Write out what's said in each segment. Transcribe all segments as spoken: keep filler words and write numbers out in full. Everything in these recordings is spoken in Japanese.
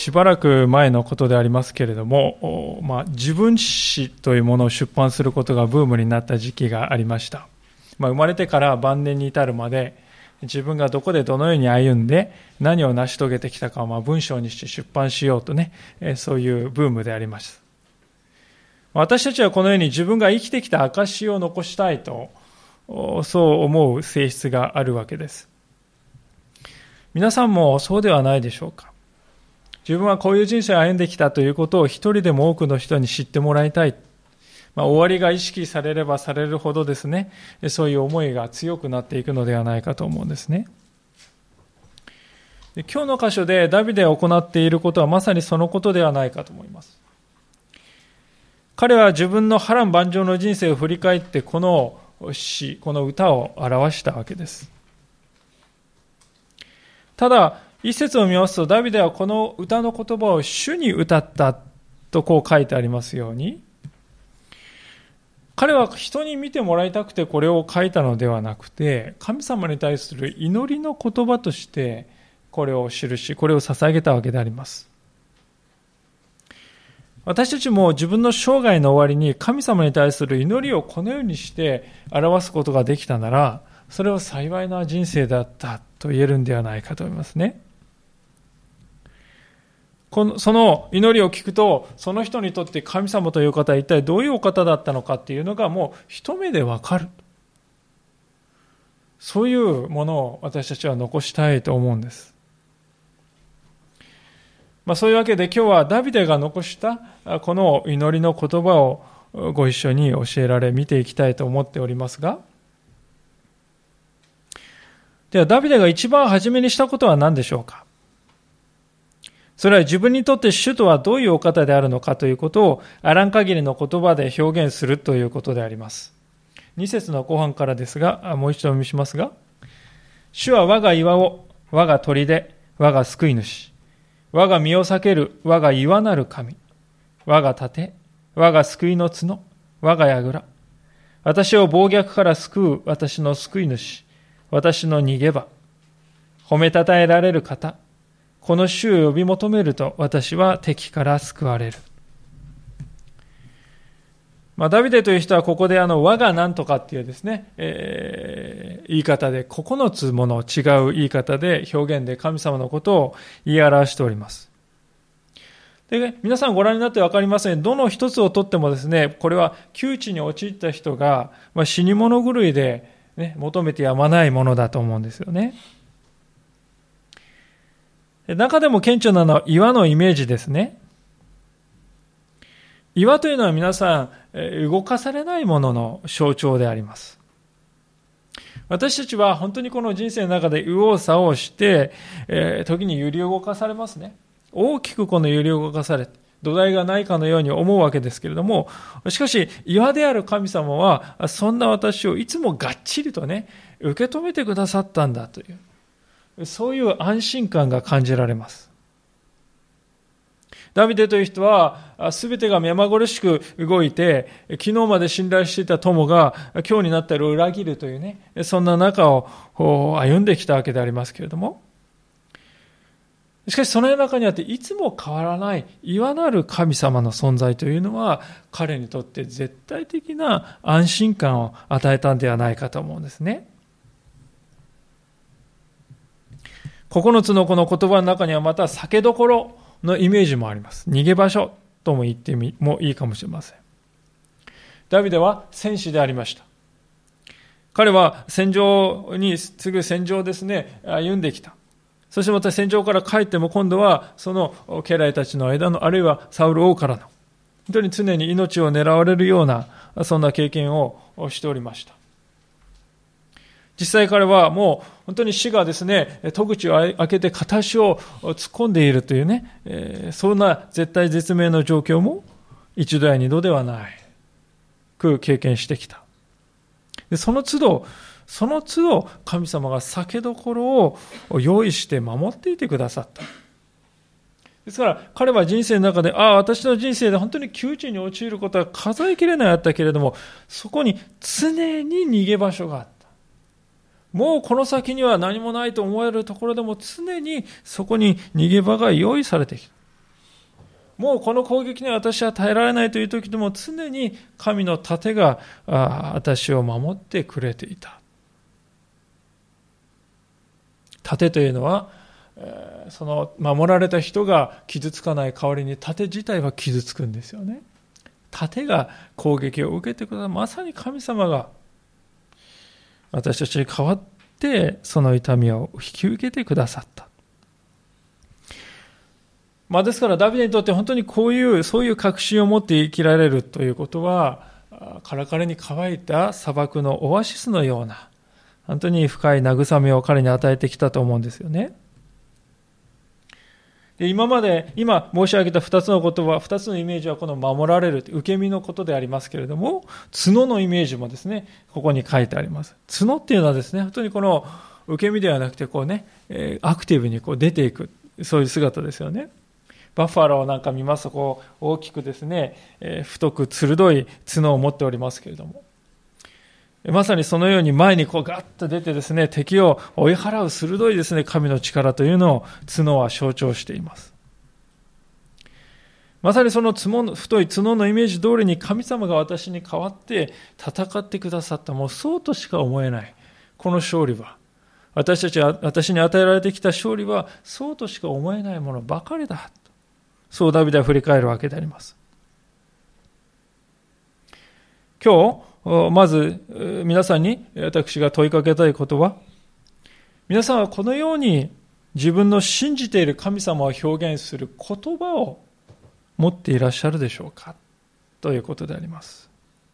しばらく前のことでありますけれども、まあ、自分史というものを出版することがブームになった時期がありました。まあ、生まれてから晩年に至るまで、自分がどこでどのように歩んで何を成し遂げてきたかをまあ文章にして出版しようとね、そういうブームでありました。私たちはこのように自分が生きてきた証を残したいと、そう思う性質があるわけです。皆さんもそうではないでしょうか。自分はこういう人生を歩んできたということを一人でも多くの人に知ってもらいたい。まあ、終わりが意識されればされるほどですね、そういう思いが強くなっていくのではないかと思うんですね。で、今日の箇所でダビデが行っていることはまさにそのことではないかと思います。彼は自分の波乱万丈の人生を振り返ってこの詩、この歌を表したわけです。ただ、一節を見ますと、ダビデはこの歌の言葉を主に歌ったとこう書いてありますように、彼は人に見てもらいたくてこれを書いたのではなくて、神様に対する祈りの言葉としてこれを記し、これを捧げたわけであります。私たちも自分の生涯の終わりに神様に対する祈りをこのようにして表すことができたなら、それは幸いな人生だったと言えるんではないかと思いますね。このその祈りを聞くと、その人にとって神様という方は一体どういうお方だったのかっていうのがもう一目でわかる。そういうものを私たちは残したいと思うんです。まあ、そういうわけで今日はダビデが残したこの祈りの言葉をご一緒に教えられ見ていきたいと思っておりますが、ではダビデが一番初めにしたことは何でしょうか。それは自分にとって主とはどういうお方であるのかということをあらん限りの言葉で表現するということであります。に節の後半からですが、もう一度お見せしますが、主は我が岩を、我が砦、我が救い主、我が身を避ける我が岩なる神、我が盾、我が救いの角、我が櫓、私を暴虐から救う私の救い主、私の逃げ場、褒めたたえられる方、この主を呼び求めると私は敵から救われる。まあ、ダビデという人はここであの我が何とかっていうですね、えー、言い方でここのつもの違う言い方で表現で神様のことを言い表しております。で、ね、皆さんご覧になって分かりますね。どの一つをとってもですね、これは窮地に陥った人が、まあ、死に物狂いで、ね、求めてやまないものだと思うんですよね。中でも顕著なのは岩のイメージですね。岩というのは皆さん動かされないものの象徴であります。私たちは本当にこの人生の中で右往左往して、えー、時に揺り動かされますね。大きくこの揺り動かされて土台がないかのように思うわけですけれども、しかし岩である神様はそんな私をいつもがっちりとね受け止めてくださったんだという、そういう安心感が感じられます。ダビデという人は全てが目まぐるしく動いて、昨日まで信頼していた友が今日になったら裏切るというね、そんな中を歩んできたわけでありますけれども、しかしその中にあっていつも変わらない岩なる神様の存在というのは彼にとって絶対的な安心感を与えたんではないかと思うんですね。九つのこの言葉の中にはまた避けどころのイメージもあります。逃げ場所とも言ってもいいかもしれません。ダビデは戦士でありました。彼は戦場に次ぐ戦場ですね、歩んできた。そしてまた戦場から帰っても今度はその家来たちの間の、あるいはサウル王からの、本当に常に命を狙われるようなそんな経験をしておりました。実際彼はもう本当に死がですね、戸口を開けて片足を突っ込んでいるというね、えー、そんな絶対絶命の状況も一度や二度ではないく経験してきた。で、その都度、その都度神様が避けどころを用意して守っていてくださった。ですから彼は人生の中で、ああ、私の人生で本当に窮地に陥ることは数えきれないあったけれども、そこに常に逃げ場所があった。もうこの先には何もないと思えるところでも常にそこに逃げ場が用意されてきた。 もうこの攻撃には私は耐えられないという時でも常に神の盾が私を守ってくれていた。盾というのは、その守られた人が傷つかない代わりに盾自体は傷つくんですよね。盾が攻撃を受けてくださる。まさに神様が私たちに代わってその痛みを引き受けてくださった。まあ、ですからダビデにとって本当にこういうそういう確信を持って生きられるということは、カラカラに乾いた砂漠のオアシスのような本当に深い慰めを彼に与えてきたと思うんですよね。で今まで、今申し上げた二つの言葉、二つのイメージはこの守られる、受け身のことでありますけれども、角のイメージもですね、ここに書いてあります。角っていうのはですね、本当にこの受け身ではなくて、こうね、アクティブにこう出ていく、そういう姿ですよね。バッファローなんか見ますと、こう大きくですね、太く鋭い角を持っておりますけれども、まさにそのように前にこうガッと出てですね、敵を追い払う鋭いですね、神の力というのを角は象徴しています。まさにその角太い角のイメージ通りに神様が私に代わって戦ってくださった、もうそうとしか思えない。この勝利は、私たちは、私に与えられてきた勝利はそうとしか思えないものばかりだ。そうダビデは振り返るわけであります。今日、まず皆さんに私が問いかけたいことは、皆さんはこのように自分の信じている神様を表現する言葉を持っていらっしゃるでしょうかということであります。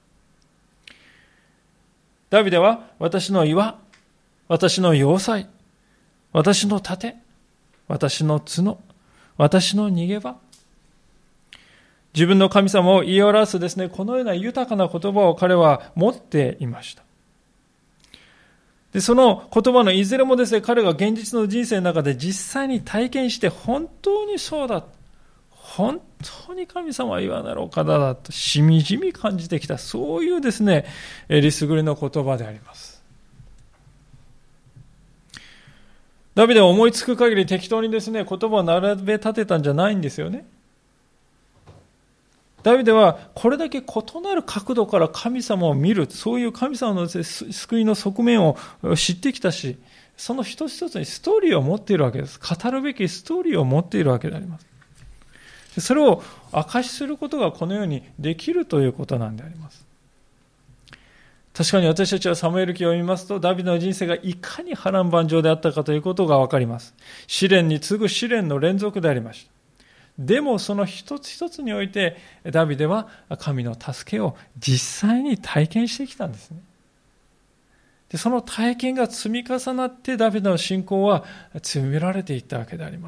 ダビデは私の岩、私の要塞、私の盾、私の角、私の逃げ場、自分の神様を言い表すですね、このような豊かな言葉を彼は持っていました。で、その言葉のいずれもですね、彼が現実の人生の中で実際に体験して本当にそうだ、本当に神様は岩なるお方だとしみじみ感じてきた、そういうですね、えりすぐりの言葉であります。ダビデは思いつく限り適当にですね、言葉を並べ立てたんじゃないんですよね。ダビデはこれだけ異なる角度から神様を見る、そういう神様の救いの側面を知ってきたし、その一つ一つにストーリーを持っているわけです。語るべきストーリーを持っているわけであります。それを証しすることがこのようにできるということなんであります。確かに私たちはサムエル記を読みますと、ダビデの人生がいかに波乱万丈であったかということがわかります。試練に次ぐ試練の連続でありました。でもその一つ一つにおいてダビデは神の助けを実際に体験してきたんですね。でその体験が積み重なってダビデの信仰は強められていったわけであります。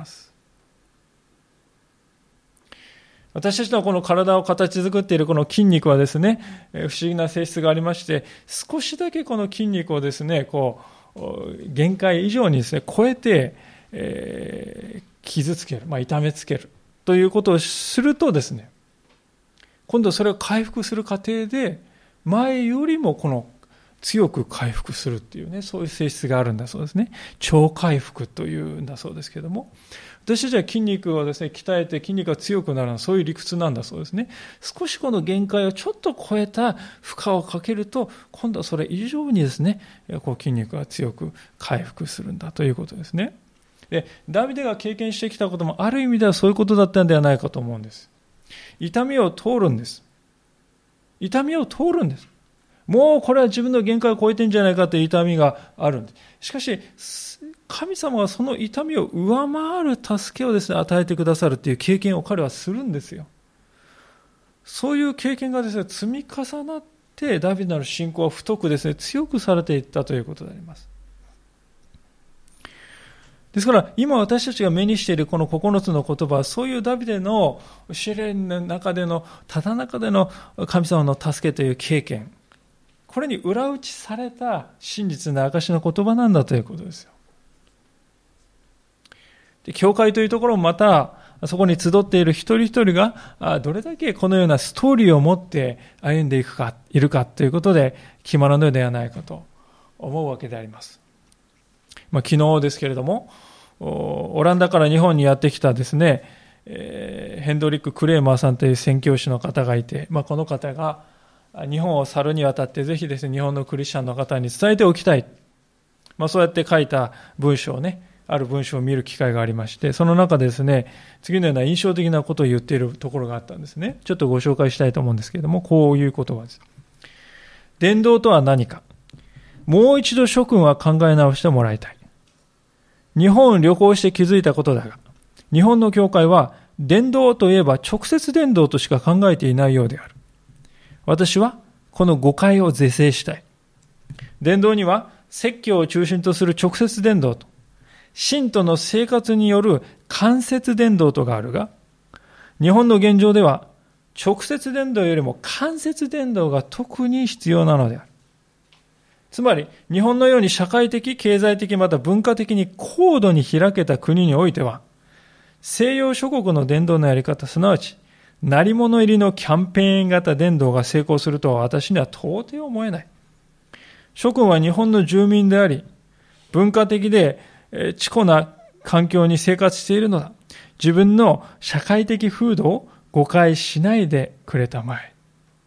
私たちのこの体を形作っているこの筋肉はですね、不思議な性質がありまして、少しだけこの筋肉をですね、こう限界以上にですね超えて、えー、傷つける、まあ、痛めつけるということをするとですね、今度それを回復する過程で前よりもこの強く回復するっていうね、そういう性質があるんだそうですね。超回復というんだそうですけれども、私たちは筋肉をですね鍛えて筋肉が強くなるのはそういう理屈なんだそうですね。少しこの限界をちょっと超えた負荷をかけると、今度はそれ以上にですね、こう筋肉が強く回復するんだということですね。で、ダビデが経験してきたこともある意味ではそういうことだったんではないかと思うんです。痛みを通るんです。痛みを通るんです。もうこれは自分の限界を超えてんじゃないかという痛みがあるんです。しかし、神様はその痛みを上回る助けをですね、与えてくださるという経験を彼はするんですよ。そういう経験がですね、積み重なって、ダビデの信仰は太くですね、強くされていったということであります。ですから今私たちが目にしているこの九つの言葉は、そういうダビデの試練の中でのただ中での神様の助けという経験、これに裏打ちされた真実な証の言葉なんだということですよ。で、教会というところもまたそこに集っている一人一人がどれだけこのようなストーリーを持って歩んでいくかいるかということで決まらぬのではないかと思うわけであります。まあ、昨日ですけれども、オランダから日本にやってきたですね、 えー、ヘンドリック・クレーマーさんという宣教師の方がいて、まあ、この方が日本を去るにあたってぜひですね、日本のクリスチャンの方に伝えておきたい。まあ、そうやって書いた文章をね、ある文章を見る機会がありまして、その中でですね、次のような印象的なことを言っているところがあったんですね。ちょっとご紹介したいと思うんですけれども、こういう言葉です。伝道とは何か。もう一度諸君は考え直してもらいたい。日本を旅行して気づいたことだが、日本の教会は伝道といえば直接伝道としか考えていないようである。私はこの誤解を是正したい。伝道には説教を中心とする直接伝道と、信徒の生活による間接伝道とがあるが、日本の現状では直接伝道よりも間接伝道が特に必要なのである。つまり、日本のように社会的、経済的、また文化的に高度に開けた国においては、西洋諸国の伝道のやり方、すなわち、鳴り物入りのキャンペーン型伝道が成功するとは私には到底思えない。諸君は日本の住民であり、文化的で知古な環境に生活しているのだ。自分の社会的風土を誤解しないでくれたまえ。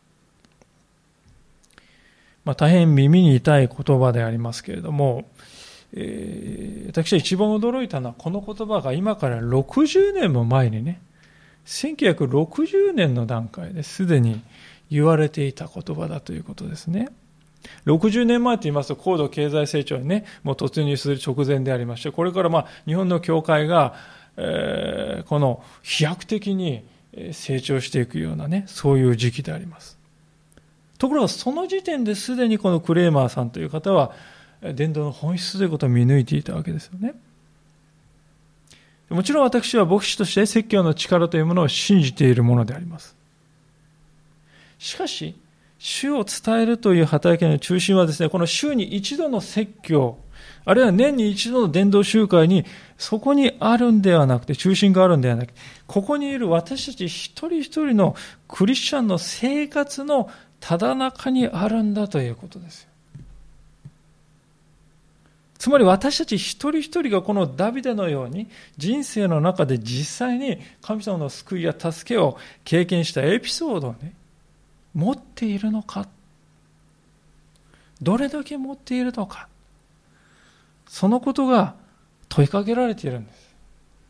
まあ、大変耳に痛い言葉でありますけれども、えー、私は一番驚いたのはこの言葉が今からろくじゅうねんも前にね、せんきゅうひゃくろくじゅうねんの段階ですでに言われていた言葉だということですね。ろくじゅうねんまえと言いますと高度経済成長にね、もう突入する直前でありまして、これからまあ日本の教会が、えー、この飛躍的に成長していくようなね、そういう時期であります。ところがその時点ですでにこのクレーマーさんという方は伝道の本質ということを見抜いていたわけですよね。もちろん私は牧師として説教の力というものを信じているものであります。しかし、主を伝えるという働きの中心はですね、この週に一度の説教、あるいは年に一度の伝道集会に、そこにあるんではなくて、中心があるんではなくて、ここにいる私たち一人一人のクリスチャンの生活のただ中にあるんだということですよ。つまり私たち一人一人がこのダビデのように人生の中で実際に神様の救いや助けを経験したエピソードをね、持っているのか、どれだけ持っているのか、そのことが問いかけられているんです。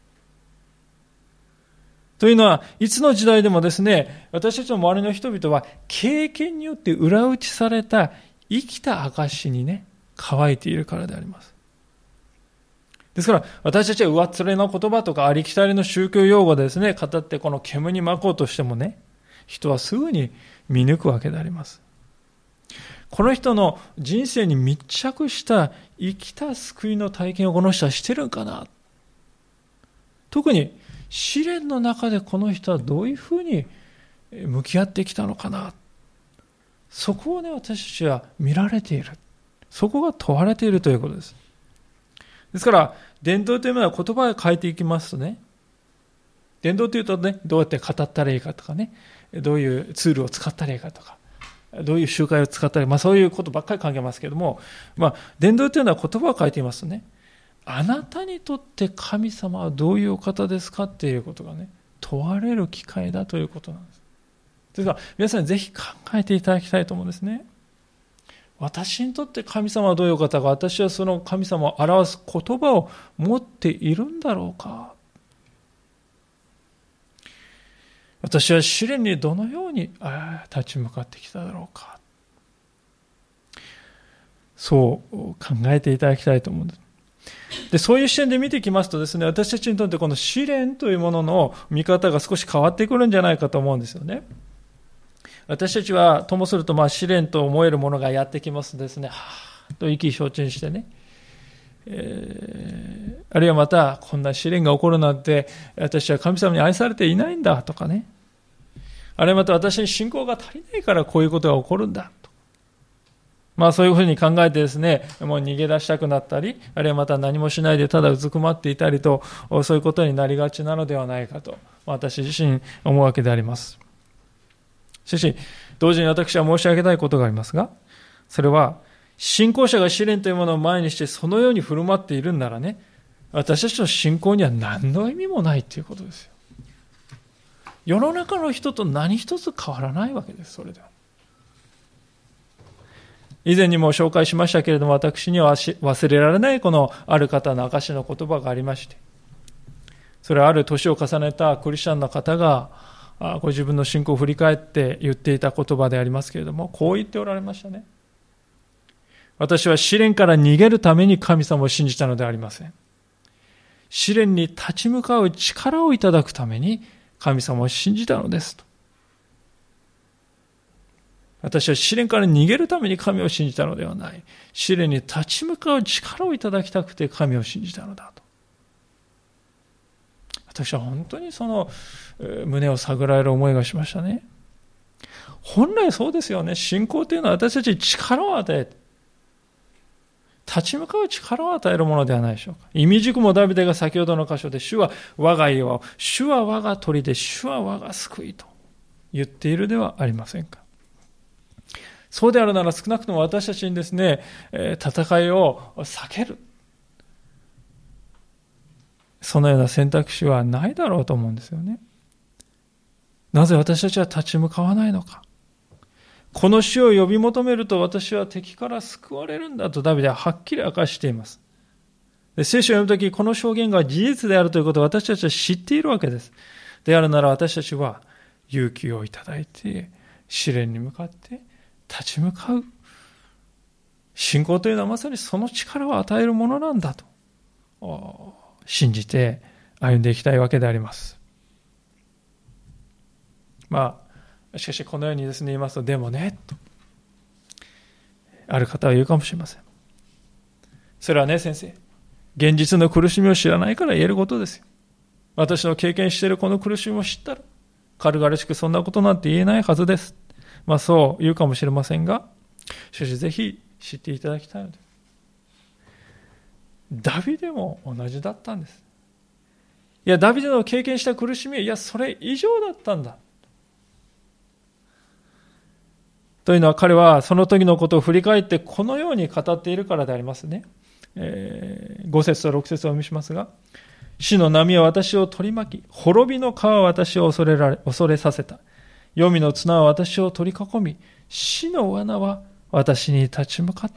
というのは、いつの時代でもですね、私たちの周りの人々は経験によって裏打ちされた生きた証にね、乾いているからであります。ですから、私たちは上っ面の言葉とかありきたりの宗教用語でですね、語ってこの煙に巻こうとしてもね、人はすぐに見抜くわけであります。この人の人生に密着した生きた救いの体験をこの人はしてるんかな。特に試練の中でこの人はどういうふうに向き合ってきたのかな。そこをね、私たちは見られている。そこが問われているということです。ですから、伝道というものは言葉を変えていきますとね、伝道というとね、どうやって語ったらいいかとかね、どういうツールを使ったらいいかとか、どういう集会を使ったらいいか、まあそういうことばっかり考えますけれども、まあ伝道というのは言葉を変えていますとね、あなたにとって神様はどういうお方ですかっていうことがね、問われる機会だということなんです。ですから皆さんぜひ考えていただきたいと思うんですね。私にとって神様はどういう方か、私はその神様を表す言葉を持っているんだろうか。私は試練にどのように立ち向かってきただろうか。そう考えていただきたいと思うんです。で、そういう視点で見ていきますとですね、私たちにとってこの試練というものの見方が少し変わってくるんじゃないかと思うんですよね。私たちはともするとまあ試練と思えるものがやってきますとですね、はぁと意気消沈してね、えー、あるいはまたこんな試練が起こるなんて私は神様に愛されていないんだとかね、あるいはまた私に信仰が足りないからこういうことが起こるんだと、まあそういうふうに考えてですね、もう逃げ出したくなったり、あるいはまた何もしないでただうずくまっていたりと、そういうことになりがちなのではないかと私自身思うわけであります。しかし同時に私は申し上げたいことがありますが、それは信仰者が試練というものを前にしてそのように振る舞っているんならね、私たちの信仰には何の意味もないということですよ。 世の中の人と何一つ変わらないわけです。それでは以前にも紹介しましたけれども、私には忘れられないこのある方の証の言葉がありまして、それはある年を重ねたクリスチャンの方がご自分の信仰を振り返って言っていた言葉でありますけれども、こう言っておられましたね。私は試練から逃げるために神様を信じたのではありません。試練に立ち向かう力をいただくために神様を信じたのですと。私は試練から逃げるために神を信じたのではない。試練に立ち向かう力をいただきたくて神を信じたのだと。私は本当にその胸を探られる思いがしましたね。本来そうですよね。信仰というのは私たちに力を与えて、立ち向かう力を与えるものではないでしょうか。意味軸もダビデが先ほどの箇所で、主は我が家を、主は我が砦、主は我が救いと言っているではありませんか。そうであるなら少なくとも私たちにですね、戦いを避ける、そのような選択肢はないだろうと思うんですよね。なぜ私たちは立ち向かわないのか。この主を呼び求めると私は敵から救われるんだとダビデははっきり明かしています。で、聖書を読むとき、この証言が事実であるということを私たちは知っているわけです。であるなら私たちは勇気をいただいて試練に向かって立ち向かう。信仰というのはまさにその力を与えるものなんだと信じて歩んでいきたいわけであります。まあしかしこのようにですね言いますと、でもねとある方は言うかもしれません。それはね先生、現実の苦しみを知らないから言えることですよ。私の経験しているこの苦しみを知ったら軽々しくそんなことなんて言えないはずです。まあそう言うかもしれませんが、しかしぜひ知っていただきたいのです。ダビデも同じだったんです。いや、ダビデの経験した苦しみは、いやそれ以上だったんだというのは、彼はその時のことを振り返ってこのように語っているからでありますね。えー、ご節とろく節をお見せしますが、死の波は私を取り巻き、滅びの川は私を恐れられ、恐れさせた。黄泉の綱は私を取り囲み、死の罠は私に立ち向かった。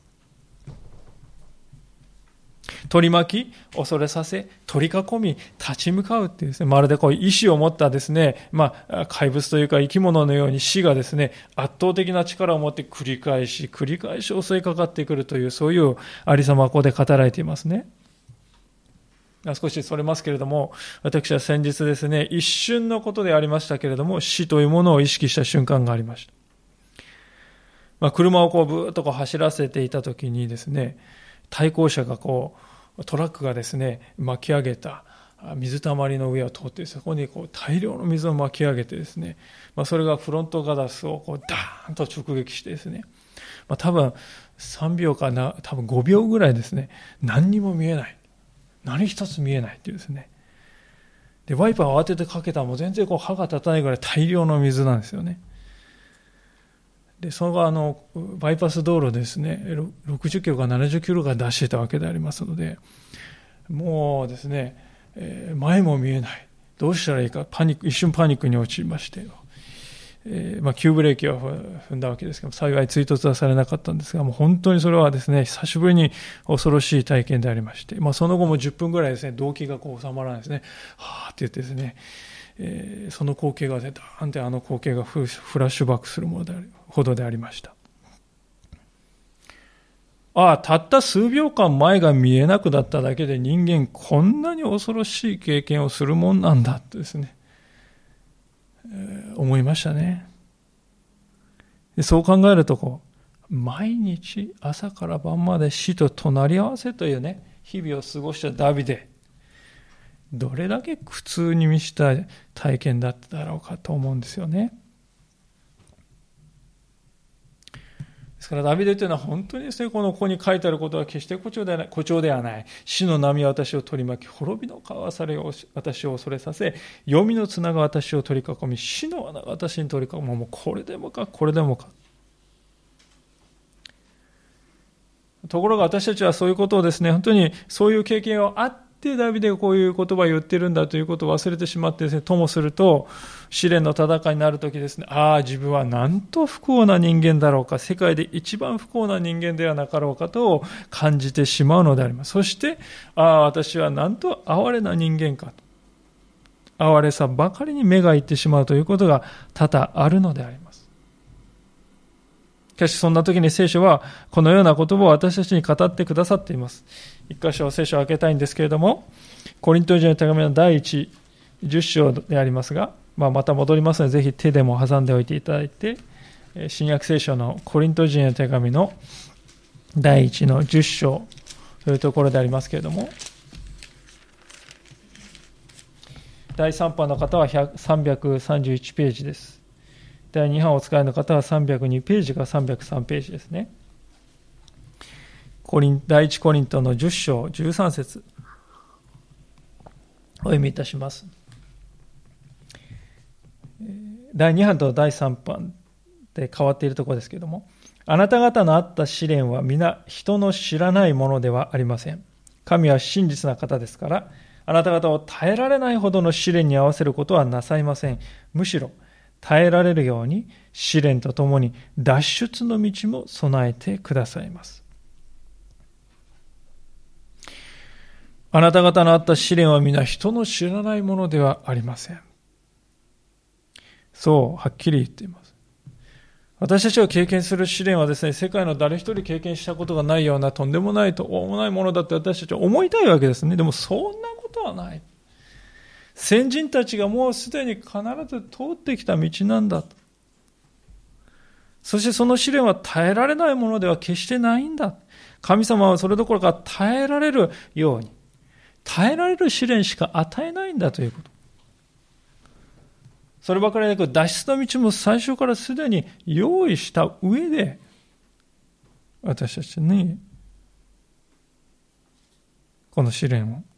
取り巻き、恐れさせ、取り囲み、立ち向かうっていうですね、まるでこう意志を持ったですね、まあ怪物というか生き物のように死がですね、圧倒的な力を持って繰り返し繰り返し襲いかかってくるという、そういうありさまはここで語られていますね。少しそれますけれども、私は先日ですね、一瞬のことでありましたけれども、死というものを意識した瞬間がありました。まあ、車をこうブーッとこう走らせていたときにですね、対向車がこうトラックがですね巻き上げた水たまりの上を通って、そこにこう大量の水を巻き上げてですね、まあ、それがフロントガラスをこうダーンと直撃してですね、まあ、多分さんびょうかな多分ごびょうぐらいですね、何にも見えない、何一つ見えないっていうですね。でワイパーを当ててかけたらもう全然こう歯が立たないぐらい大量の水なんですよね。でその後あのバイパス道路ですね、ろくじゅっキロかななじゅっキロが出していたわけでありますので、もうですね、えー、前も見えない、どうしたらいいか、パニック一瞬パニックに陥りまして、えーまあ、急ブレーキを踏んだわけですけど、幸い追突はされなかったんですが、もう本当にそれはですね、久しぶりに恐ろしい体験でありまして、まあ、その後もじゅっぷんぐらいですね、動悸がこう収まらないですね、はーって言ってですね、えー、その光景がね、ダーンってあの光景がフラッシュバックするものであるほどでありました。ああ、たった数秒間前が見えなくなっただけで人間こんなに恐ろしい経験をするもんなんだとですね、えー、思いましたね。でそう考えるとこう毎日朝から晩まで死と隣り合わせというね日々を過ごしたダビデ、どれだけ苦痛に満ちた体験だっただろうかと思うんですよね。ですからダビデというのは本当にですね、このここに書いてあることは決して誇張ではない、誇張ではない。死の波は私を取り巻き、滅びの川は私を恐れさせ、黄泉の綱が私を取り囲み、死の穴が私に取り囲む。もうこれでもか、これでもか。ところが私たちはそういうことをですね、本当にそういう経験をあっでダビデがこういう言葉を言ってるんだということを忘れてしまってですね、ともすると、試練の戦いになるときですね、ああ、自分はなんと不幸な人間だろうか、世界で一番不幸な人間ではなかろうかと感じてしまうのであります。そして、ああ、私はなんと哀れな人間かと、哀れさばかりに目がいってしまうということが多々あるのであります。しかしそんな時に聖書はこのような言葉を私たちに語ってくださっています。一箇所聖書を開けたいんですけれども、コリント人への手紙の第一、じゅっ章でありますが、まあ、また戻りますので、ぜひ手でも挟んでおいていただいて、新約聖書のコリント人への手紙の第一のじゅっ章というところでありますけれども、だいさん版の方はさんびゃくさんじゅういちページです。だいに版をお使いの方はさんびゃくにページかさんびゃくさんページですね。コリン第一コリントのじゅっ章じゅうさん節お読みいたします。だいに版とだいさん版で変わっているところですけれども、あなた方のあった試練は皆人の知らないものではありません。神は真実な方ですから、あなた方を耐えられないほどの試練に合わせることはなさいません。むしろ耐えられるように試練とともに脱出の道も備えてくださいます。あなた方のあった試練は皆人の知らないものではありません。そうはっきり言っています。私たちが経験する試練はですね、世界の誰一人経験したことがないようなとんでもないとんでもないものだって私たちは思いたいわけですね。でもそんなことはない。先人たちがもうすでに必ず通ってきた道なんだと。そしてその試練は耐えられないものでは決してないんだ。神様はそれどころか耐えられるように、耐えられる試練しか与えないんだということ。そればかりでなく、脱出の道も最初からすでに用意した上で、私たちにこの試練を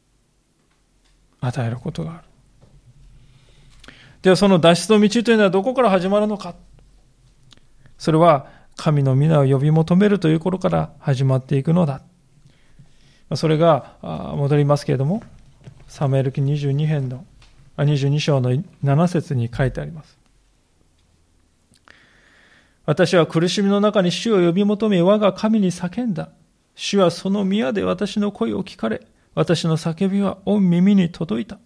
与えることがある。ではその脱出の道というのはどこから始まるのか。それは神の皆を呼び求めるということから始まっていくのだ。それが戻りますけれども、サムエル記にじゅうに編のにじゅうに章のなな節に書いてあります。私は苦しみの中に主を呼び求め、我が神に叫んだ。主はその宮で私の声を聞かれ、私の叫びは御耳に届いた。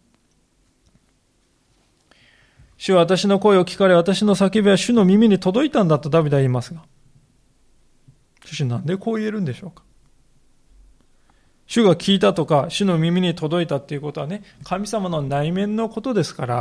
主は私の声を聞かれ、私の叫びは主の耳に届いたんだとダビデは言いますが、しかしなんでこう言えるんでしょうか。主が聞いたとか、主の耳に届いたっていうことはね、神様の内面のことですから、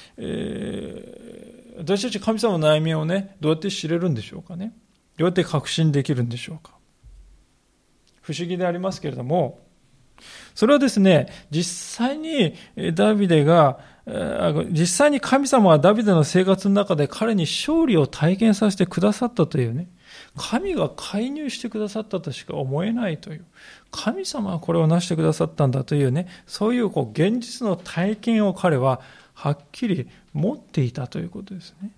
えー、私たち神様の内面をね、どうやって知れるんでしょうかね。どうやって確信できるんでしょうか。不思議でありますけれども、それはですね、実際にダビデが、実際に神様はダビデの生活の中で彼に勝利を体験させてくださったというね、神が介入してくださったとしか思えないという、神様はこれを成してくださったんだというね、そういうこう現実の体験を彼ははっきり持っていたということですね。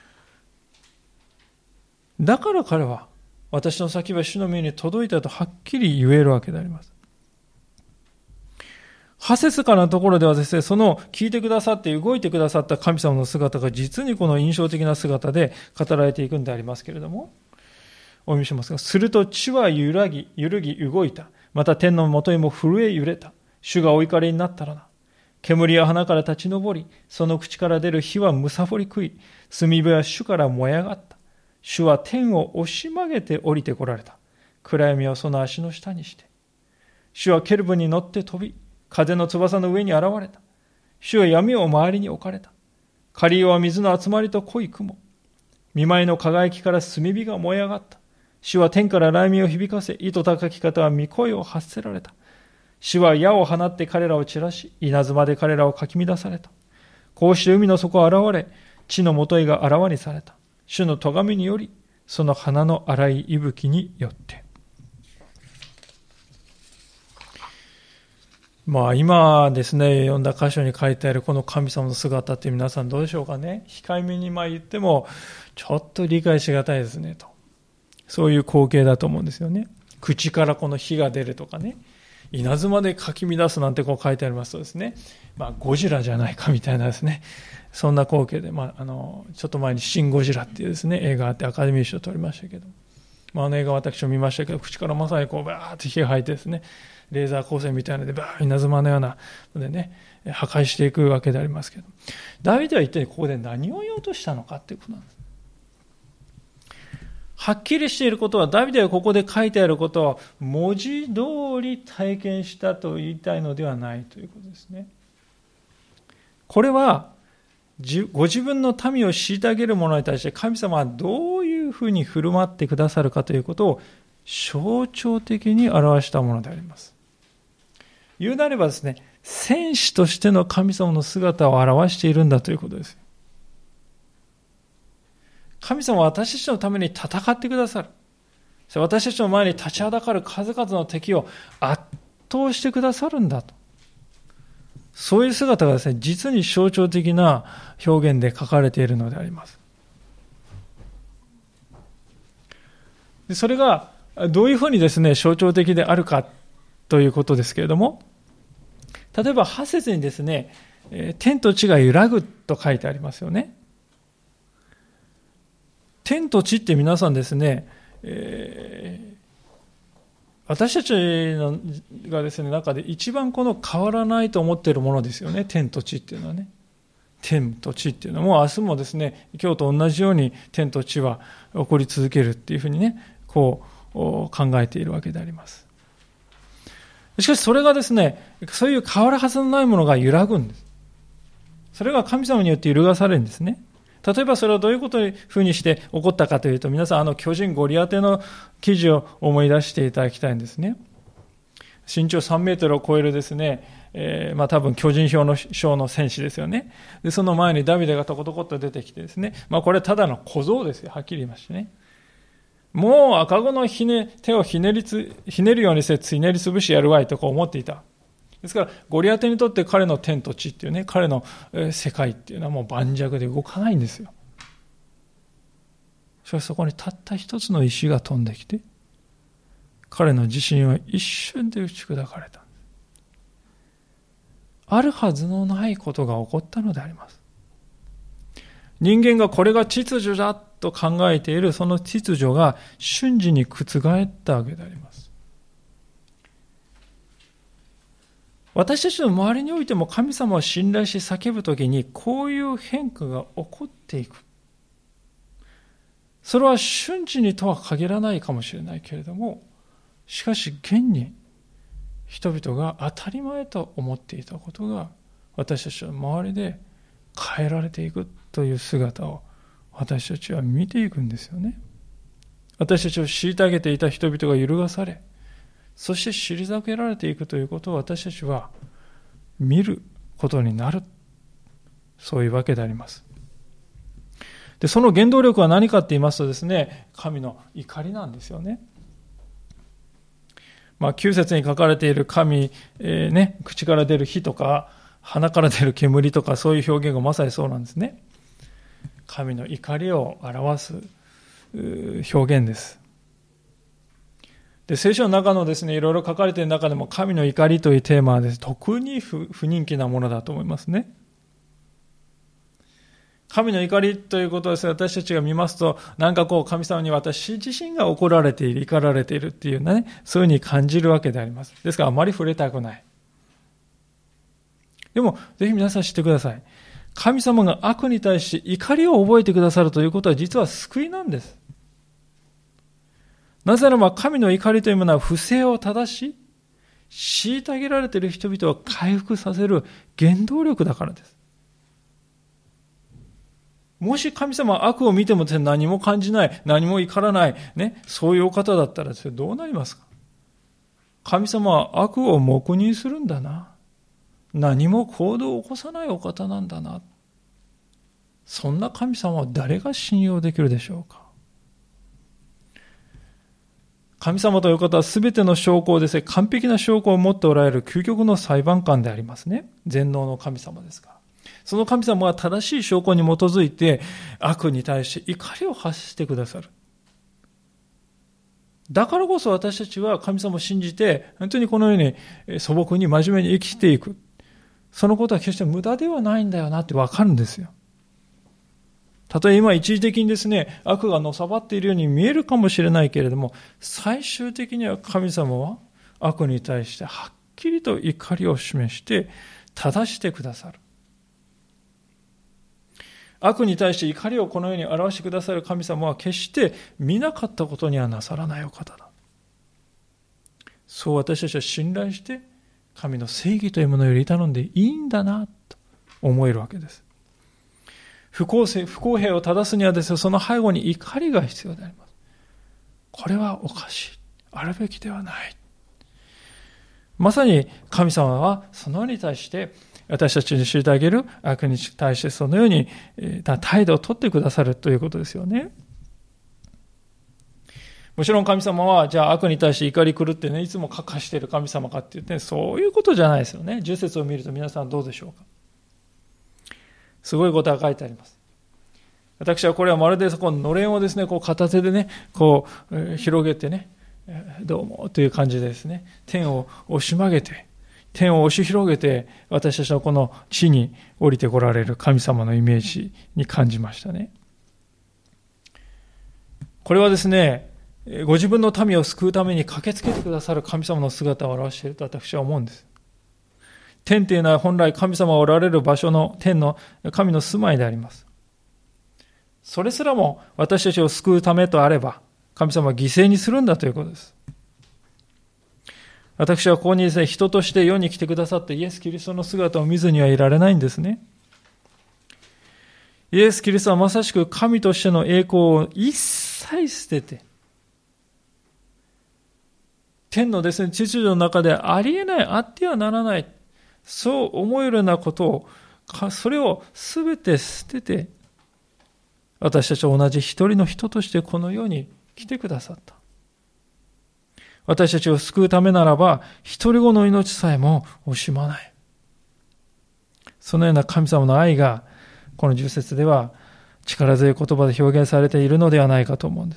だから彼は私の先は主の目に届いたとはっきり言えるわけであります。はせつかなところではですね、その聞いてくださって動いてくださった神様の姿が実にこの印象的な姿で語られていくんでありますけれども、お読みしますが、すると地は揺らぎ、揺るぎ動いた。また天の元にも震え揺れた。主がお怒りになったのだ。煙や花から立ち上り、その口から出る火はむさぼり食い、炭火は主から燃え上がった。主は天を押し曲げて降りてこられた。暗闇をその足の下にして。主はケルブに乗って飛び、風の翼の上に現れた。主は闇を周りに置かれた。カリオは水の集まりと濃い雲。見舞いの輝きから炭火が燃え上がった。主は天から雷鳴を響かせ、糸高き方は御声を発せられた。主は矢を放って彼らを散らし、稲妻で彼らをかき乱された。こうして海の底は現れ、地の元へがあらわにされた。主の咎めにより、その花の荒い息吹によって。まあ今ですね、読んだ箇所に書いてあるこの神様の姿って皆さんどうでしょうかね。控えめにまあ言っても、ちょっと理解しがたいですねと。そういう光景だと思うんですよね。口からこの火が出るとかね。 稲妻でかき乱すなんてこう書いてありますとですね、まあ、ゴジラじゃないかみたいなですね、そんな光景で、まあ、あのちょっと前にシン・ゴジラっていうですね映画があってアカデミー賞を取りましたけど、まあ、あの映画私も見ましたけど、口からまさにこうバーッと火が吐いてですね、レーザー光線みたいなのでバーッ稲妻のようなのでね破壊していくわけでありますけど、ダビデは一体ここで何を言おうとしたのかっていうことなんです。はっきりしていることは、ダビデがここで書いてあることは文字通り体験したと言いたいのではないということですね。これはご自分の民を虐げる者に対して神様はどういうふうに振る舞ってくださるかということを象徴的に表したものであります。言うなればですね、戦士としての神様の姿を表しているんだということです。神様は私たちのために戦ってくださる。私たちの前に立ちはだかる数々の敵を圧倒してくださるんだと。そういう姿がですね、実に象徴的な表現で書かれているのであります。でそれがどういうふうにですね、象徴的であるかということですけれども、例えばはち節にですね、天と地が揺らぐと書いてありますよね。天と地って皆さんですね、えー、私たちのがですね、中で一番この変わらないと思っているものですよね、天と地っていうのはね。天と地っていうのはもう明日もですね、今日と同じように天と地は起こり続けるっていうふうにね、こう考えているわけであります。しかしそれがですね、そういう変わるはずのないものが揺らぐんです。それが神様によって揺るがされるんですね。例えばそれはどういうことにふうにして起こったかというと、皆さんあの巨人ゴリアテの記事を思い出していただきたいんですね。身長さんメートルを超えるですね、えー、まあ多分巨人症の症の戦士ですよね。でその前にダビデがトコトコっと出てきてですね、まあこれただの小僧ですよ、はっきり言いましてね。もう赤子のひね手をひねりつひねるようにしてつねりつぶしやるわいとか思っていた。ですからゴリアテにとって彼の天と地っていうね、彼の世界っていうのはもう盤石で動かないんですよ。しかしそこにたった一つの石が飛んできて、彼の自信は一瞬で打ち砕かれた。あるはずのないことが起こったのであります。人間がこれが秩序だと考えているその秩序が瞬時に覆ったわけであります。私たちの周りにおいても神様を信頼し叫ぶときにこういう変化が起こっていく。それは瞬時にとは限らないかもしれないけれども、しかし現に人々が当たり前と思っていたことが私たちの周りで変えられていくという姿を私たちは見ていくんですよね。私たちを虐げていた人々が揺るがされ、そして退けられていくということを私たちは見ることになる、そういうわけであります。でその原動力は何かって言いますとですね、神の怒りなんですよね。まあ、きゅう節に書かれている神、えーね、口から出る火とか鼻から出る煙とか、そういう表現がまさにそうなんですね。神の怒りを表す表現です。で聖書の中のですね、いろいろ書かれている中でも神の怒りというテーマはです、ね、特に不人気なものだと思いますね。神の怒りということをですね、私たちが見ますと、なんかこう神様に私自身が怒られている、怒られているっていうね、そういうふうに感じるわけであります。ですからあまり触れたくない。でもぜひ皆さん知ってください。神様が悪に対して怒りを覚えてくださるということは実は救いなんです。なぜならば神の怒りというものは不正を正し、虐げられている人々を回復させる原動力だからです。もし神様は悪を見ても何も感じない、何も怒らない、ね、そういうお方だったらそれどうなりますか？神様は悪を黙認するんだな。何も行動を起こさないお方なんだな。そんな神様を誰が信用できるでしょうか？神様という方はすべての証拠をですね、完璧な証拠を持っておられる究極の裁判官でありますね。全能の神様ですから。その神様は正しい証拠に基づいて悪に対して怒りを発してくださる。 だからこそ私たちは神様を信じて、本当にこのように素朴に真面目に生きていく。そのことは決して無駄ではないんだよなってわかるんですよ。たとえ今一時的にですね、悪がのさばっているように見えるかもしれないけれども、最終的には神様は悪に対してはっきりと怒りを示して正してくださる。悪に対して怒りをこのように表してくださる神様は決して見なかったことにはなさらないお方だ。そう私たちは信頼して神の正義というものより頼んでいいんだなと思えるわけです。不公正、不公平を正すにはですね、その背後に怒りが必要であります。これはおかしい。あるべきではない。まさに神様はそのように対して私たちに知ってあげる悪に対してそのように態度を取ってくださるということですよね。もちろん神様はじゃあ悪に対して怒り狂ってね、いつもかかしている神様かって言って、ね、そういうことじゃないですよね。じゅっ節を見ると皆さんどうでしょうか。すごいことが書いてあります。私はこれはまるでこののれんをですね、こう片手でね、こう、えー、広げてね、どうもという感じでですね、天を押し曲げて、天を押し広げて、私たちのこの地に降りてこられる神様のイメージに感じましたね。これはですね、ご自分の民を救うために駆けつけてくださる神様の姿を表していると私は思うんです。天というのは本来神様がおられる場所の天の神の住まいであります。それすらも私たちを救うためとあれば、神様は犠牲にするんだということです。私はここにですね、人として世に来てくださったイエス・キリストの姿を見ずにはいられないんですね。イエス・キリストはまさしく神としての栄光を一切捨てて、天のですね、秩序の中でありえない、あってはならない、そう思えるようなことを、それをすべて捨てて、私たちは同じ一人の人としてこの世に来てくださった。私たちを救うためならば、一人子の命さえも惜しまない。そのような神様の愛が、このじゅっ節では力強い言葉で表現されているのではないかと思うんです。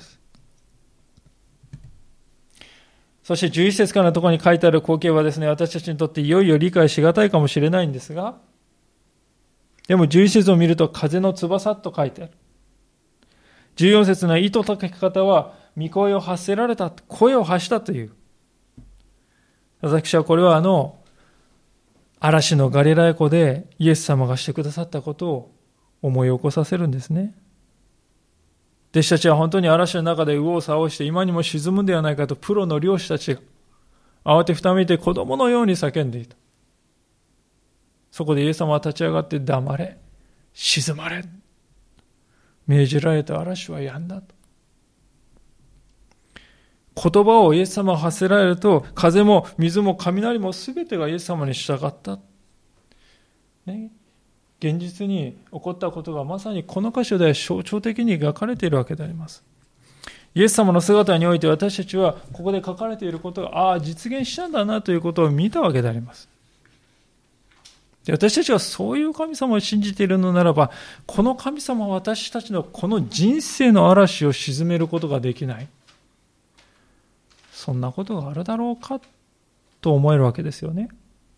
そしてじゅういち節からのところに書いてある光景はですね、私たちにとっていよいよ理解しがたいかもしれないんですが、でもじゅういち節を見ると風の翼と書いてある。じゅうよん節の糸と書き方は、御声を発せられた、声を発したという。私はこれはあの、嵐のガリラヤ湖でイエス様がしてくださったことを思い起こさせるんですね。弟子たちは本当に嵐の中で右往左往して今にも沈むんではないかとプロの漁師たちが慌てふためいて子供のように叫んでいた。そこでイエス様は立ち上がって黙れ、沈まれ。命じられた嵐は止んだと。言葉をイエス様が発せられると、風も水も雷もすべてがイエス様に従った。ね、現実に起こったことがまさにこの箇所で象徴的に描かれているわけであります。イエス様の姿において私たちはここで書かれていることが、ああ、実現したんだなということを見たわけであります。で、私たちはそういう神様を信じているのならば、この神様は私たちのこの人生の嵐を鎮めることができない。そんなことがあるだろうかと思えるわけですよね。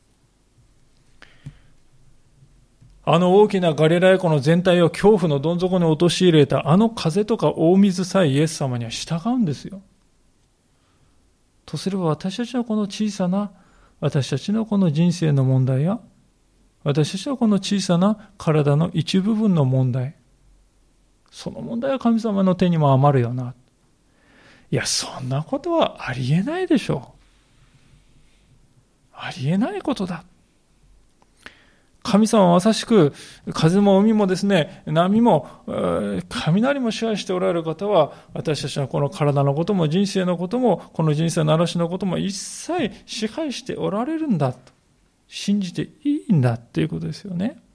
あの大きなガリラヤ湖の全体を恐怖のどん底に陥れたあの風とか大水さえイエス様には従うんですよ。とすれば私たちのこの小さな私たちのこの人生の問題や私たちのこの小さな体の一部分の問題、その問題は神様の手にも余るよな。いや、そんなことはありえないでしょう。ありえないことだ。神様はまさしく風も海もですね、波も雷も支配しておられる方は、私たちのこの体のことも人生のこともこの人生の嵐のことも一切支配しておられるんだと信じていいんだということですよね。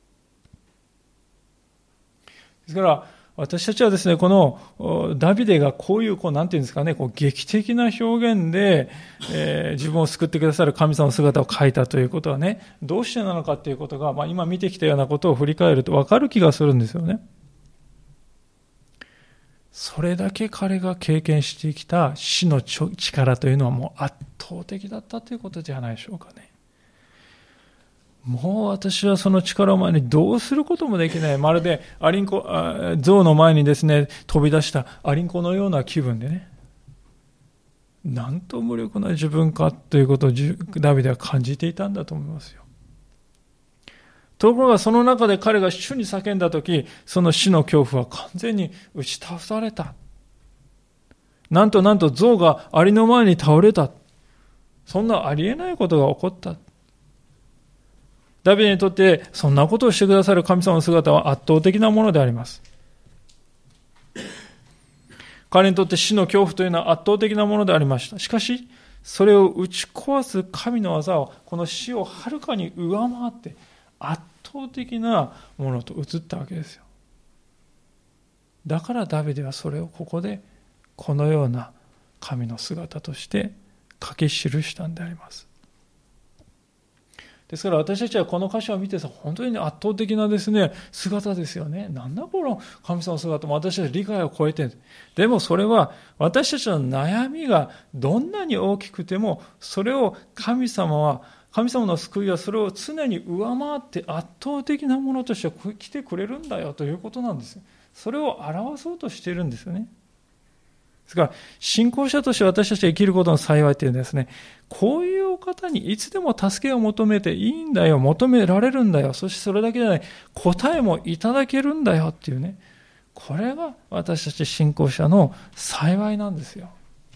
ですから私たちはですね、このダビデがこういう、こうなんていうんですかね、こう劇的な表現で、えー、自分を救ってくださる神様の姿を描いたということはね、どうしてなのかということが、まあ、今見てきたようなことを振り返ると分かる気がするんですよね。 それだけ彼が経験してきた死の力というのはもう圧倒的だったということじゃないでしょうかね。もう私はその力を前にどうすることもできない。まるでアリンコ、象の前にですね、飛び出したアリンコのような気分でね、なんと無力な自分かということをダビデは感じていたんだと思いますよ。ところがその中で彼が主に叫んだとき、その死の恐怖は完全に打ち倒された。なんとなんと象がアリの前に倒れた。そんなありえないことが起こった。ダビデにとってそんなことをしてくださる神様の姿は圧倒的なものであります。彼にとって死の恐怖というのは圧倒的なものでありました。しかし、それを打ち壊す神の技を、この死をはるかに上回って圧倒的なものと映ったわけですよ。だからダビデはそれをここでこのような神の姿として書き記したんであります。ですから私たちはこの箇所を見てさ、本当に圧倒的なですね、姿ですよね。なんだこの神様の姿も私たち理解を超えて。でもそれは私たちの悩みがどんなに大きくても、それを神様は、神様の救いはそれを常に上回って圧倒的なものとして来てくれるんだよということなんですよ。それを表そうとしているんですよね。ですから、信仰者として私たちが生きることの幸いというのはですね、こういうお方にいつでも助けを求めていいんだよ、求められるんだよ、そしてそれだけじゃない、答えもいただけるんだよっていうね、これが私たち信仰者の幸いなんですよ。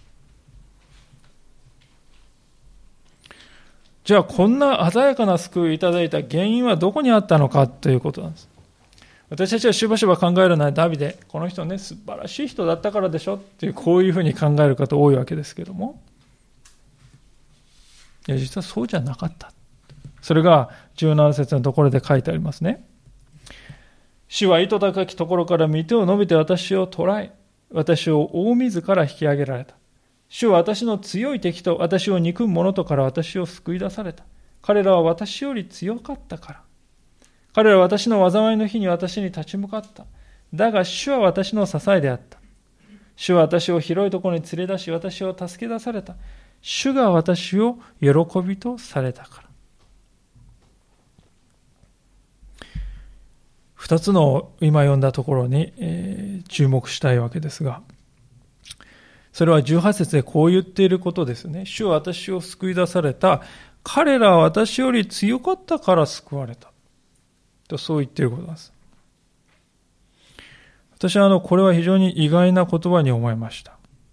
じゃあ、こんな鮮やかな救いをいただいた原因はどこにあったのかということなんです。私たちはしばしば考えるのはダビデ、この人ね、素晴らしい人だったからでしょっていう、こういうふうに考える方多いわけですけども、いや、実はそうじゃなかった。それがじゅうなな節のところで書いてありますね。主は糸高きところから御手を伸びて私を捕らえ、私を大水から引き上げられた。主は私の強い敵と私を憎む者とから私を救い出された。彼らは私より強かったから。彼らは私の災いの日に私に立ち向かった。だが主は私の支えであった。主は私を広いところに連れ出し、私を助け出された。主が私を喜びとされたから。二つの今読んだところに、えー、注目したいわけですが、それはじゅうはち節でこう言っていることですね。主は私を救い出された。彼らは私より強かったから救われた。とそう言っていることです。私はあのこれは非常に意外な言葉に思いました。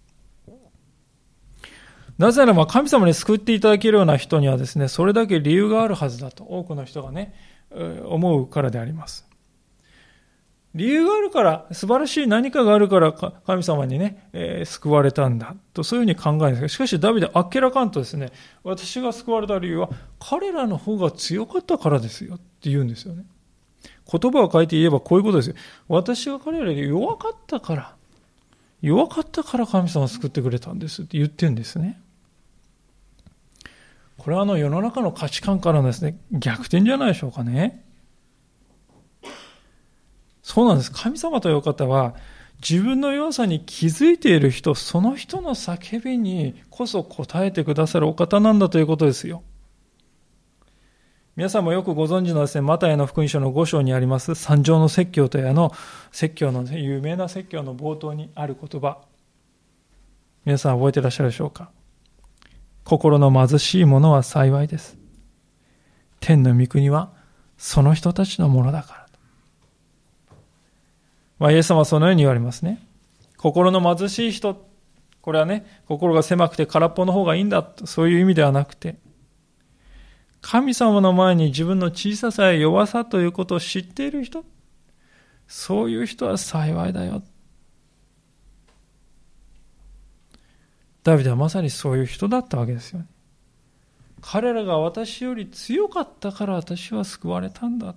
なぜならば神様に救っていただけるような人にはですね、それだけ理由があるはずだと多くの人がね、思うからであります。理由があるから、素晴らしい何かがあるから神様にね、えー、救われたんだとそういうふうに考えるんですが、しかしダビデは明らかんとですね、私が救われた理由は彼らの方が強かったからですよって言うんですよね。言葉を変えて言えばこういうことですよ。私が彼らより弱かったから、弱かったから神様を救ってくれたんですって言ってるんですね。これはあの世の中の価値観からのですね、逆転じゃないでしょうかね。そうなんです。神様という方は自分の弱さに気づいている人、その人の叫びにこそ答えてくださるお方なんだということですよ。皆さんもよくご存知のですね、マタイの福音書のご章にあります三条の説教というあの説教の、ね、有名な説教の冒頭にある言葉、皆さん覚えていらっしゃるでしょうか。心の貧しい者は幸いです。天の御国はその人たちのものだから。まあ、イエス様はそのように言われますね。心の貧しい人、これはね、心が狭くて空っぽの方がいいんだ、そういう意味ではなくて、神様の前に自分の小ささや弱さということを知っている人、そういう人は幸いだよ。ダビデはまさにそういう人だったわけですよね。彼らが私より強かったから私は救われたんだ。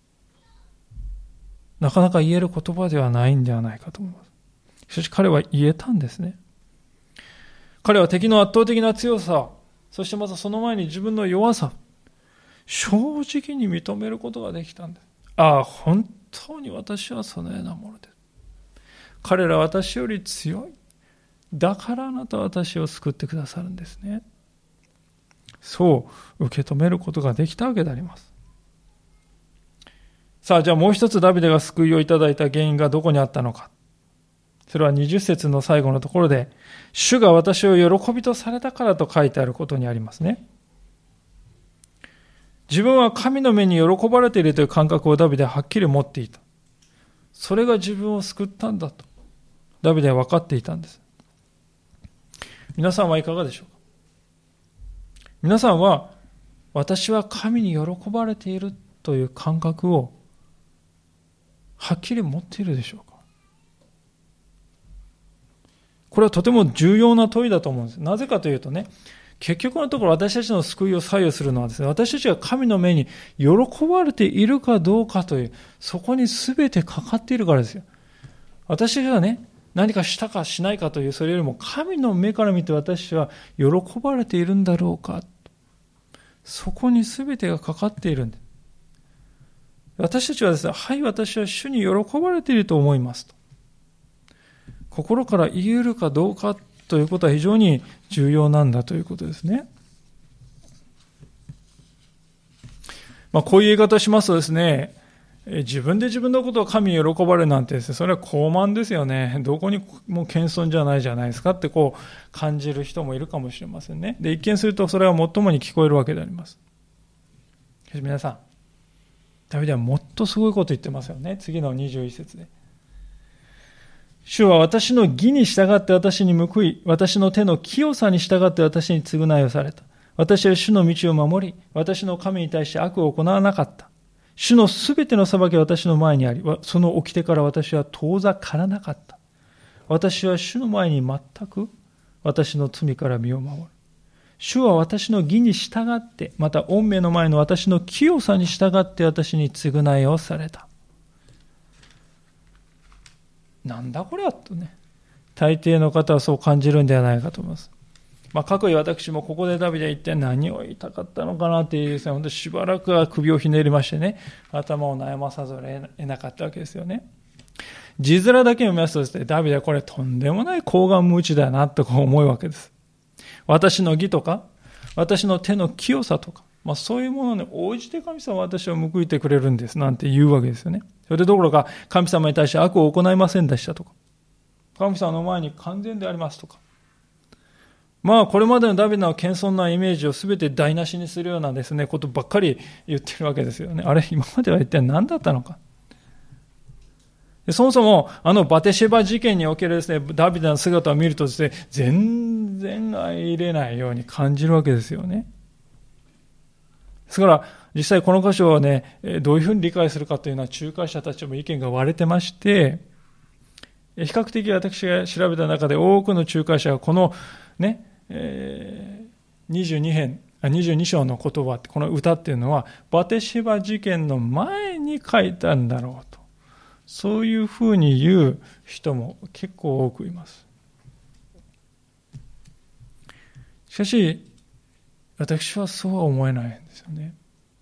なかなか言える言葉ではないんではないかと思います。しかし彼は言えたんですね。彼は敵の圧倒的な強さ、そしてまたその前に自分の弱さ、正直に認めることができたんです。ああ、本当に私はそのようなものです。 彼らは私より強い。だからあなたは私を救ってくださるんですね。そう受け止めることができたわけであります。さあ、じゃあもう一つダビデが救いをいただいた原因がどこにあったのか。それはにじゅっ節の最後のところで、主が私を喜びとされたからと書いてあることにありますね。自分は神の目に喜ばれているという感覚をダビデははっきり持っていた。それが自分を救ったんだとダビデは分かっていたんです。皆さんはいかがでしょうか。皆さんは私は神に喜ばれているという感覚をはっきり持っているでしょうか。これはとても重要な問いだと思うんです。なぜかというとね、結局のところ私たちの救いを左右するのはですね、私たちが神の目に喜ばれているかどうかという、そこに全てかかっているからですよ。私たちがね、何かしたかしないかという、それよりも神の目から見て私は喜ばれているんだろうか、そこに全てがかかっているんです。私たちはですね、はい、私は主に喜ばれていると思いますと心から言えるかどうかということは非常に重要なんだということですね。まあ、こういう言い方をしますとですね、自分で自分のことを神に喜ばれるなんてですね、それは高慢ですよね。どこにも謙遜じゃないじゃないですかってこう感じる人もいるかもしれませんね。で、一見するとそれはもっともに聞こえるわけであります。しかし皆さん、ダビデはもっとすごいこと言ってますよね。次のにじゅういち節で。主は私の義に従って私に報い、私の手の清さに従って私に償いをされた。私は主の道を守り、私の神に対して悪を行わなかった。主のすべての裁きは私の前にあり、その掟から私は遠ざからなかった。私は主の前に全く私の罪から身を守る。主は私の義に従って、また御目の前の私の清さに従って私に償いをされた。なんだこれはとね、大抵の方はそう感じるんではないかと思います。まあ、過去に私もここでダビデは一体何を言いたかったのかなっていうですね、本当にしばらくは首をひねりましてね、頭を悩まさざるを得なかったわけですよね。字面だけ読みますとですね、ダビデはこれとんでもない厚顔無知だなと思うわけです。私の義とか、私の手の清さとか、まあ、そういうものに応じて神様は私を報いてくれるんですなんて言うわけですよね。それでどころか神様に対して悪を行いませんでしたとか、神様の前に完全でありますとか、まあこれまでのダビデの謙遜なイメージを全て台無しにするようなですね、ことばっかり言ってるわけですよね。あれ、今までは一体何だったのか。そもそもあのバテシェバ事件におけるですね、ダビデの姿を見るとですね、全然相入れないように感じるわけですよね。ですから実際この箇所をね、どういうふうに理解するかというのは仲介者たちも意見が割れてまして、比較的私が調べた中で多くの仲介者がこのね、えー、にじゅうに編、にじゅうに章の言葉、この歌っていうのはバテシェバ事件の前に書いたんだろうと、そういうふうに言う人も結構多くいます。しかし私はそうは思えないんですよね。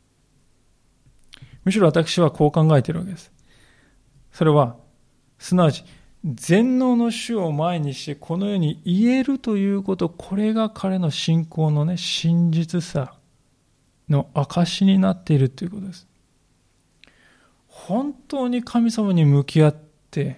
むしろ私はこう考えているわけです。それはすなわち全能の主を前にしてこのように言えるということ、これが彼の信仰のね、真実さの証になっているということです。本当に神様に向き合って、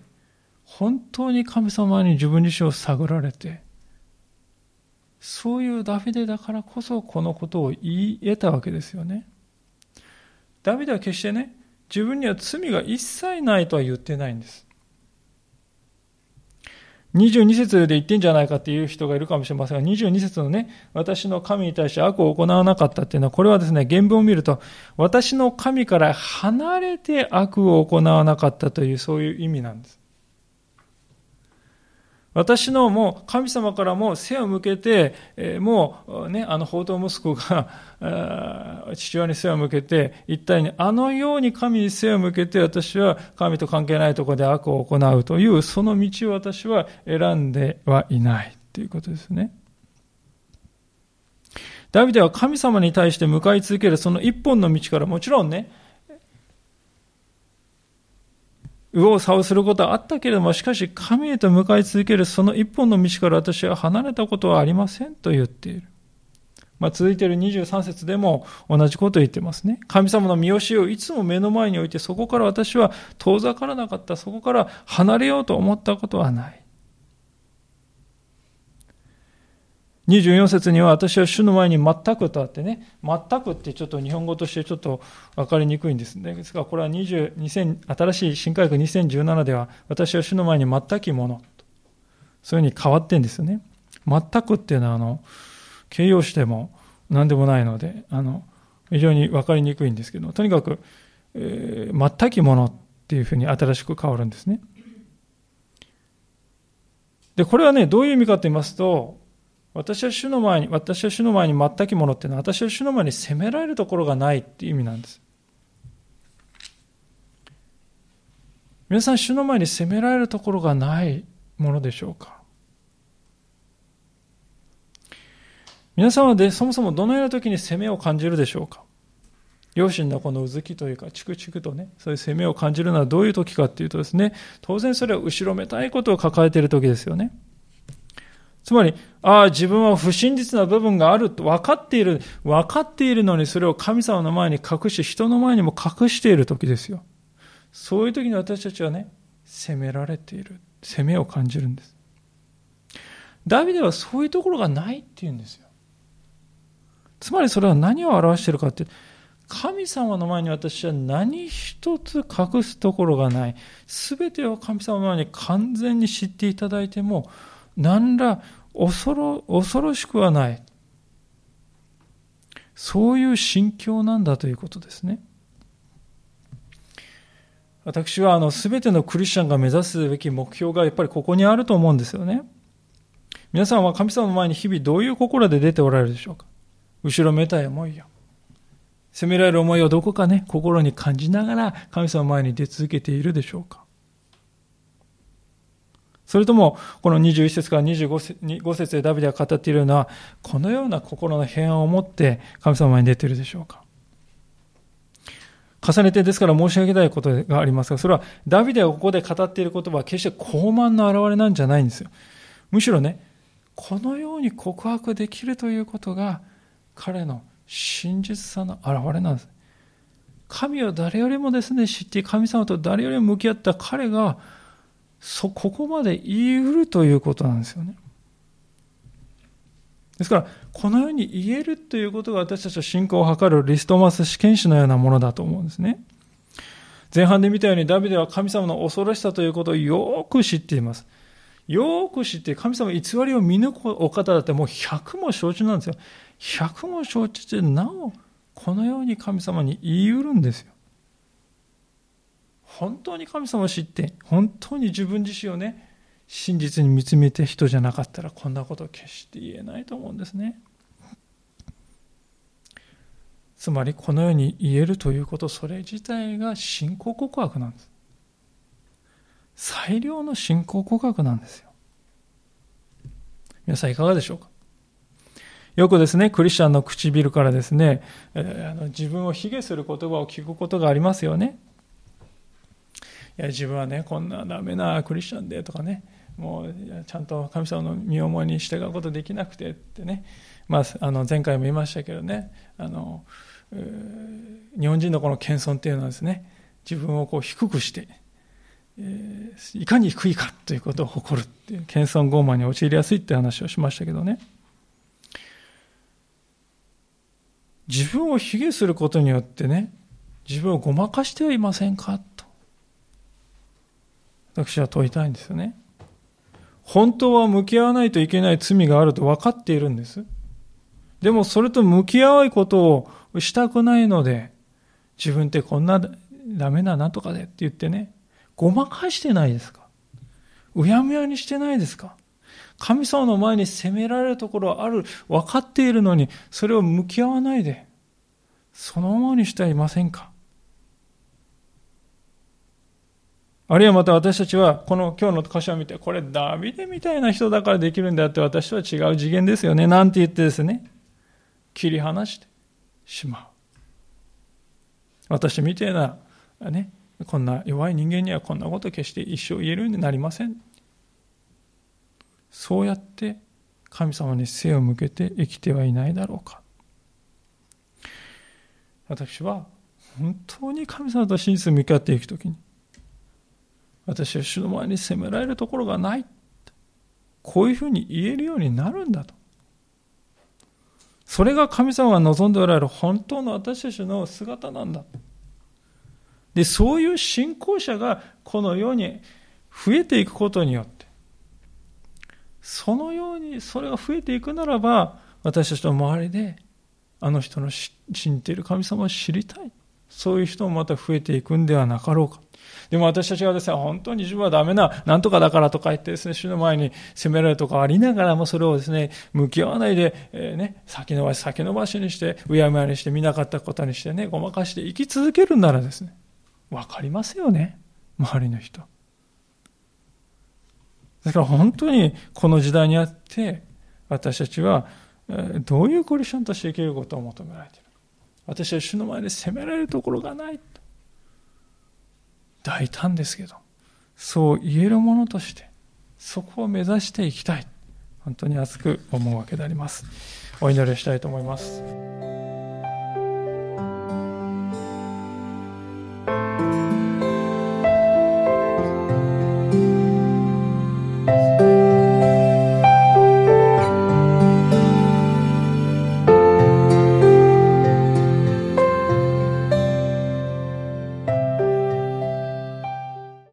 本当に神様に自分自身を探られて、そういうダビデだからこそこのことを言い得たわけですよね。ダビデは決してね、自分には罪が一切ないとは言ってないんです。にじゅうに節で言ってんじゃないかっていう人がいるかもしれませんが、にじゅうに節のね、私の神に対して悪を行わなかったっていうのは、これはですね、原文を見ると、私の神から離れて悪を行わなかったという、そういう意味なんです。私のもう神様からも背を向けて、もうね、あの放蕩息子が父親に背を向けて一体にあのように神に背を向けて、私は神と関係ないところで悪を行うというその道を私は選んではいないということですね。ダビデは神様に対して向かい続けるその一本の道から、もちろんね、 右往左往することはあったけれども、しかし神へと向かい続けるその一本の道から私は離れたことはありませんと言っている。まあ、続いているにじゅうさん節でも同じことを言ってますね。神様の見教えをいつも目の前に置いて、そこから私は遠ざからなかった。そこから離れようと思ったことはない。にじゅうよん節には、私は主の前に全くとあってね、全くってちょっと日本語としてちょっと分かりにくいんですね。ですが、これはにじゅう、にせん新しい新改革にせんじゅうななでは、私は主の前に全きもの、そういうふうに変わってんですよね。全くっていうのは、あの、形容詞でも何でもないので、あの、非常に分かりにくいんですけど、とにかく、えー、全きものっていうふうに新しく変わるんですね。で、これはね、どういう意味かと言いますと、私は主の前に、私は主の前に全きものっていうのは、私は主の前に責められるところがないっていう意味なんです。皆さん、主の前に責められるところがないものでしょうか。皆さんはでそもそもどのような時に責めを感じるでしょうか。良心のこのうずきというか、チクチクとね、そういう責めを感じるのはどういう時かっていうとですね、当然それは後ろめたいことを抱えている時ですよね。つまり、ああ、自分は不真実な部分があると分かっている、分かっているのにそれを神様の前に隠し、人の前にも隠している時ですよ。そういう時に私たちはね、責められている、責めを感じるんです。ダビデはそういうところがないっていうんですよ。つまりそれは何を表しているかって、神様の前に私は何一つ隠すところがない。すべてを神様の前に完全に知っていただいても、何ら恐ろ、恐ろしくはない。そういう心境なんだということですね。私はあの全てのクリスチャンが目指すべき目標がやっぱりここにあると思うんですよね。皆さんは神様の前に日々どういう心で出ておられるでしょうか。後ろめたい思いや責められる思いをどこかね、心に感じながら神様の前に出続けているでしょうか。それともこのにじゅういち節からにじゅうご節でダビデが語っているようなこのような心の平安を持って神様の前に出ているでしょうか。重ねてですから申し上げたいことがありますが、それはダビデがここで語っている言葉は決して傲慢の表れなんじゃないんですよ。むしろね、このように告白できるということが彼の真実さの表れなんです。神を誰よりもですね、知って神様と誰よりも向き合った彼がそここまで言い得るということなんですよね。ですからこのように言えるということが私たちの信仰を図るリストマス試験紙のようなものだと思うんですね。前半で見たようにダビデは神様の恐ろしさということをよく知っています。よく知って神様偽りを見抜くお方だってもう百も承知なんですよ。百も承知でなおこのように神様に言い得るんですよ。本当に神様を知って本当に自分自身をね真実に見つめて人じゃなかったらこんなことを決して言えないと思うんですね。つまりこのように言えるということ、それ自体が信仰告白なんです。最良の信仰告白なんですよ。皆さんいかがでしょうか。よくですね、クリスチャンの唇からですね、えー、あの自分を卑下する言葉を聞くことがありますよね。いや自分はねこんなダメなクリスチャンでとかね、もうちゃんと神様の身思いに従うことできなくてってね、まあ、あの前回も言いましたけどね、あの日本人のこの謙遜っていうのはですね、自分をこう低くして、えー、いかに低いかということを誇るっていう謙遜傲慢に陥りやすいって話をしましたけどね、自分を卑下することによってね、自分をごまかしてはいませんかと私は問いたいんですよね。本当は向き合わないといけない罪があると分かっているんです。でもそれと向き合わないことをしたくないので、自分ってこんなダメななんとかでって言ってね、ごまかしてないですか。うやむやにしてないですか。神様の前に責められるところはある、分かっているのに、それを向き合わないで、そのままにしてはいませんか。あるいはまた私たちはこの今日の箇所を見て、これダビデみたいな人だからできるんだって、私とは違う次元ですよねなんて言ってですね、切り離してしまう。私みたいなね、 こんな弱い人間にはこんなこと決して一生言えるようになりません。そうやって神様に背を向けて生きてはいないだろうか。私は本当に神様と真実に向き合っていくときに、私は主の前に責められるところがない、こういうふうに言えるようになるんだと。それが神様が望んでおられる本当の私たちの姿なんだ。で、そういう信仰者がこの世に増えていくことによって、そのようにそれが増えていくならば、私たちの周りであの人の信じている神様を知りたい、そういう人もまた増えていくんではなかろうか。でも私たちがですね、本当に自分はダメな、なんとかだからとか言ってですね、主の前に責められるとかありながらも、それをですね、向き合わないで、えー、ね、先延ばし先延ばしにして、うやむやにして、見なかったことにしてね、ごまかして生き続けるならですね、わかりますよね、周りの人。だから本当にこの時代にあって、私たちはどういうクリスチャンとして生きることを求められている。私は主の前で責められるところがない。大胆ですけど、そう言えるものとして、そこを目指していきたい。本当に熱く思うわけであります。お祈りしたいと思います。